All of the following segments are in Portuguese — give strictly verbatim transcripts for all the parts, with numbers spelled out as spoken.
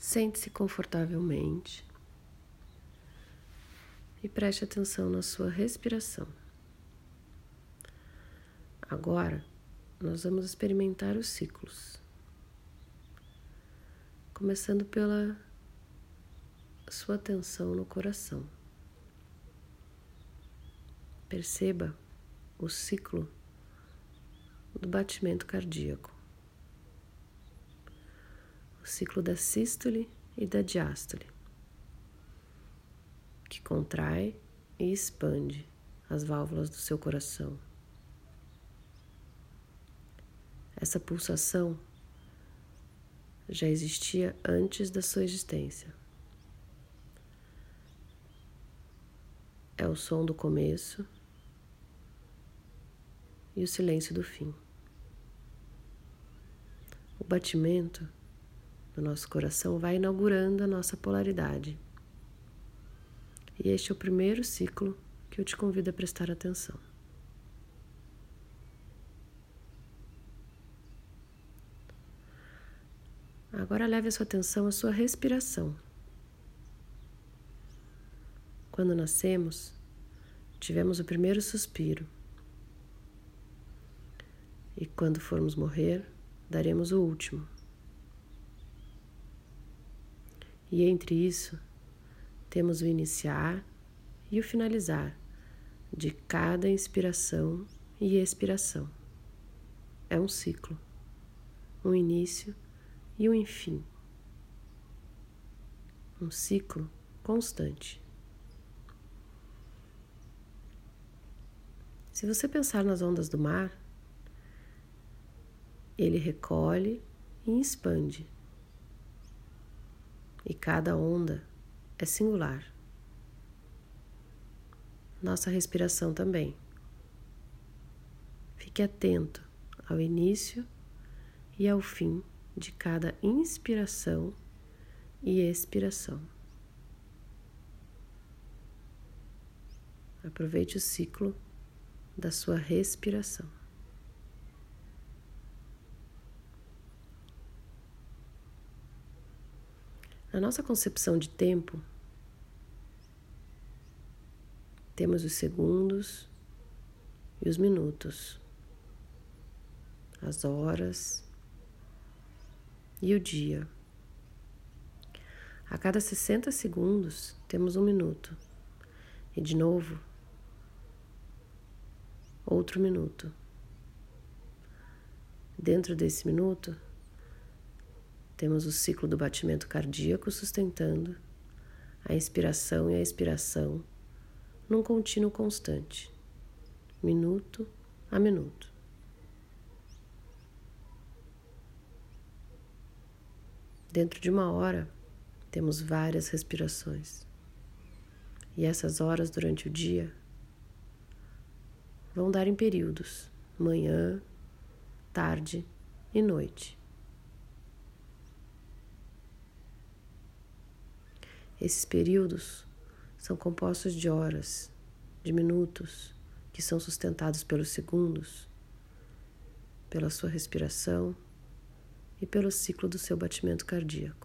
Sente-se confortavelmente e preste atenção na sua respiração. Agora, nós vamos experimentar os ciclos, começando pela sua atenção no coração. Perceba o ciclo do batimento cardíaco, o ciclo da sístole e da diástole, que contrai e expande as válvulas do seu coração. Essa pulsação já existia antes da sua existência. É o som do começo e o silêncio do fim. O batimento do nosso coração vai inaugurando a nossa polaridade. E este é o primeiro ciclo que eu te convido a prestar atenção. Agora leve a sua atenção à sua respiração. Quando nascemos, tivemos o primeiro suspiro. E quando formos morrer, daremos o último. E entre isso, temos o iniciar e o finalizar de cada inspiração e expiração. É um ciclo, um início e um fim. Um ciclo constante. Se você pensar nas ondas do mar, ele recolhe e expande. E cada onda é singular. Nossa respiração também. Fique atento ao início e ao fim de cada inspiração e expiração. Aproveite o ciclo da sua respiração. Na nossa concepção de tempo, temos os segundos e os minutos, as horas e o dia. A cada sessenta segundos, temos um minuto. E de novo, outro minuto. Dentro desse minuto, temos o ciclo do batimento cardíaco sustentando a inspiração e a expiração num contínuo constante, minuto a minuto. Dentro de uma hora, temos várias respirações. E essas horas durante o dia vão dar em períodos, manhã, tarde e noite. Esses períodos são compostos de horas, de minutos, que são sustentados pelos segundos, pela sua respiração e pelo ciclo do seu batimento cardíaco.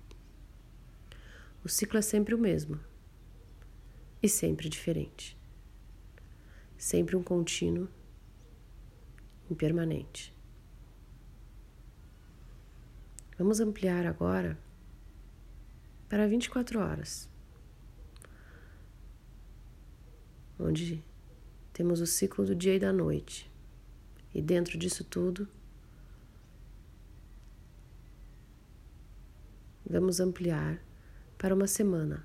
O ciclo é sempre o mesmo e sempre diferente. Sempre um contínuo impermanente. Vamos ampliar agora para vinte e quatro horas, onde temos o ciclo do dia e da noite. E dentro disso tudo, vamos ampliar para uma semana.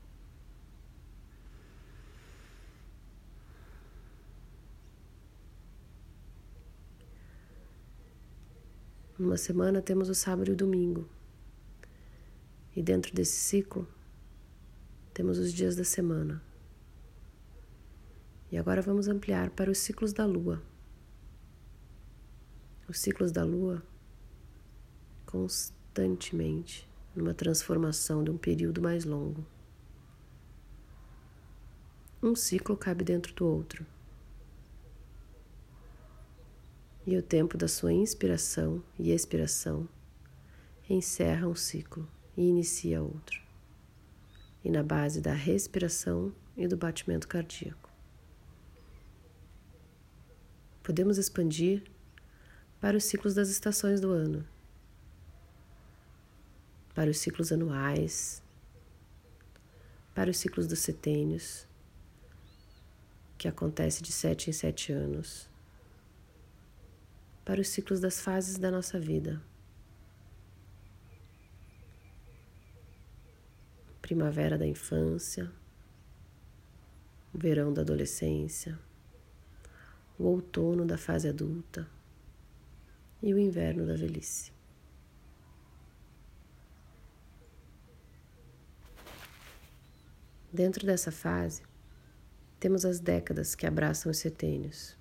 Numa semana temos o sábado e o domingo. E dentro desse ciclo, temos os dias da semana. E agora vamos ampliar para os ciclos da lua. Os ciclos da lua, constantemente, numa transformação de um período mais longo. Um ciclo cabe dentro do outro. E o tempo da sua inspiração e expiração encerra um ciclo. e inicia outro. E na base da respiração e do batimento cardíaco. Podemos expandir para os ciclos das estações do ano, para os ciclos anuais, para os ciclos dos setênios, que acontece de sete em sete anos, para os ciclos das fases da nossa vida. Primavera da infância, o verão da adolescência, o outono da fase adulta e o inverno da velhice. Dentro dessa fase, temos as décadas que abraçam os setênios,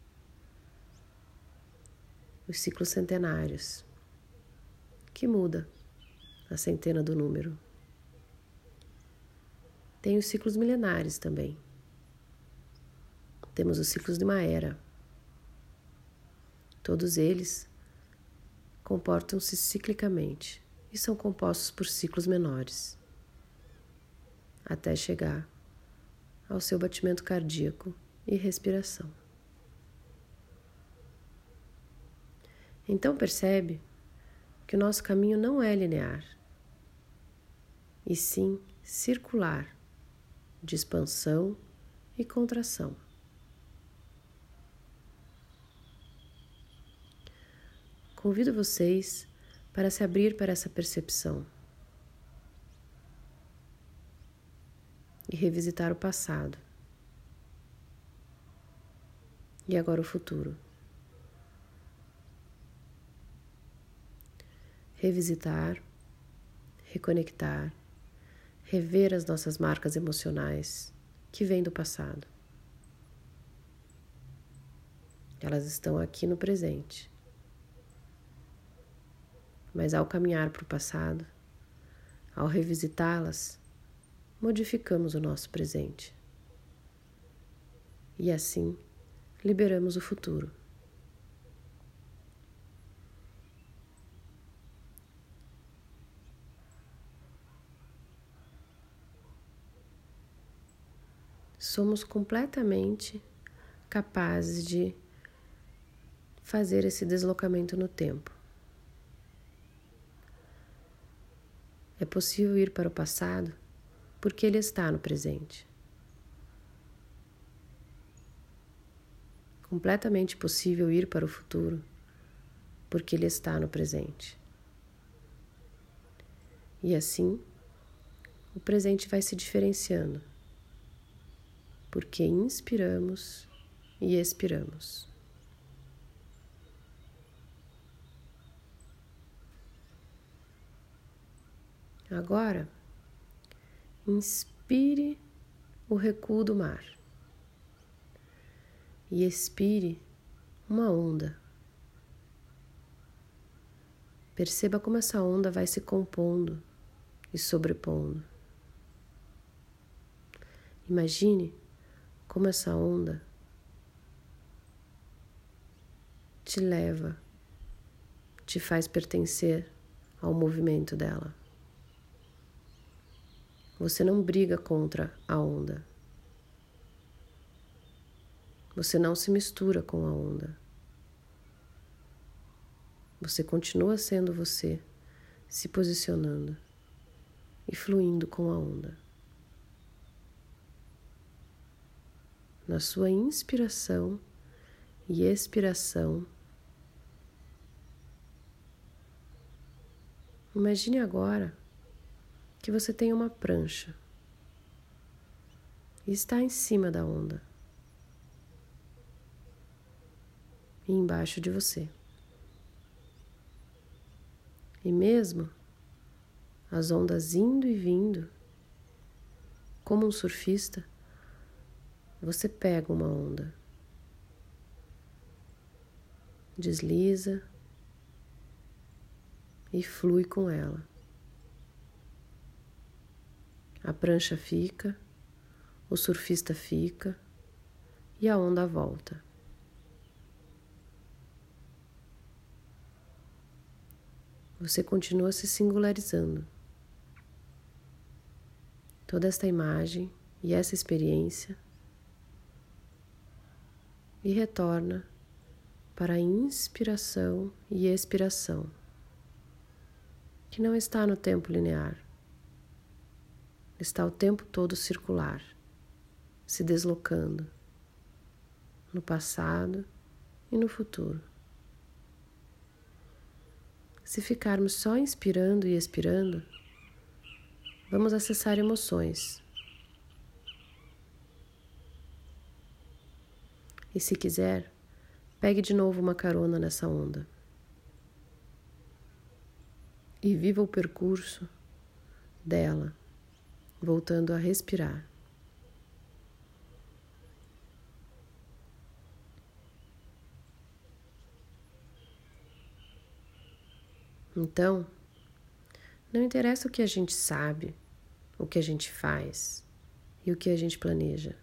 os ciclos centenários, que muda a centena do número. Tem os ciclos milenares também. Temos os ciclos de uma era. Todos eles comportam-se ciclicamente e são compostos por ciclos menores, até chegar ao seu batimento cardíaco e respiração. Então percebe que o nosso caminho não é linear, e sim circular, de expansão e contração. Convido vocês para se abrir para essa percepção e revisitar o passado e agora o futuro. Revisitar, reconectar, rever as nossas marcas emocionais que vêm do passado. Elas estão aqui no presente. Mas ao caminhar para o passado, ao revisitá-las, modificamos o nosso presente. E assim, liberamos o futuro. Somos completamente capazes de fazer esse deslocamento no tempo. É possível ir para o passado porque ele está no presente. Completamente possível ir para o futuro porque ele está no presente. E assim, o presente vai se diferenciando, porque inspiramos e expiramos. Agora, inspire o recuo do mar e expire uma onda. Perceba como essa onda vai se compondo e sobrepondo. Imagine como essa onda te leva, te faz pertencer ao movimento dela. Você não briga contra a onda. Você não se mistura com a onda. Você continua sendo você, se posicionando e fluindo com a onda. Na sua inspiração e expiração, imagine agora que você tem uma prancha e está em cima da onda e embaixo de você. E mesmo as ondas indo e vindo, como um surfista, você pega uma onda, desliza e flui com ela. A prancha fica, o surfista fica e a onda volta. Você continua se singularizando toda esta imagem e essa experiência e retorna para a inspiração e expiração, que não está no tempo linear, está o tempo todo circular, se deslocando no passado e no futuro. Se ficarmos só inspirando e expirando, vamos acessar emoções. E se quiser, pegue de novo uma carona nessa onda e viva o percurso dela, voltando a respirar. Então, não interessa o que a gente sabe, o que a gente faz e o que a gente planeja.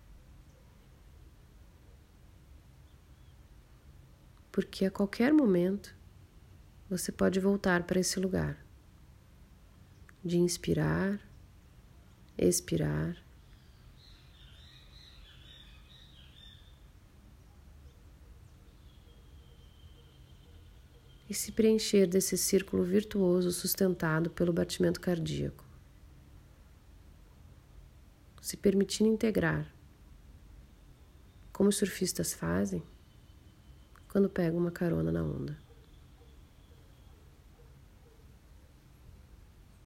Porque a qualquer momento você pode voltar para esse lugar de inspirar, expirar e se preencher desse círculo virtuoso sustentado pelo batimento cardíaco, se permitindo integrar, como os surfistas fazem quando pegam uma carona na onda.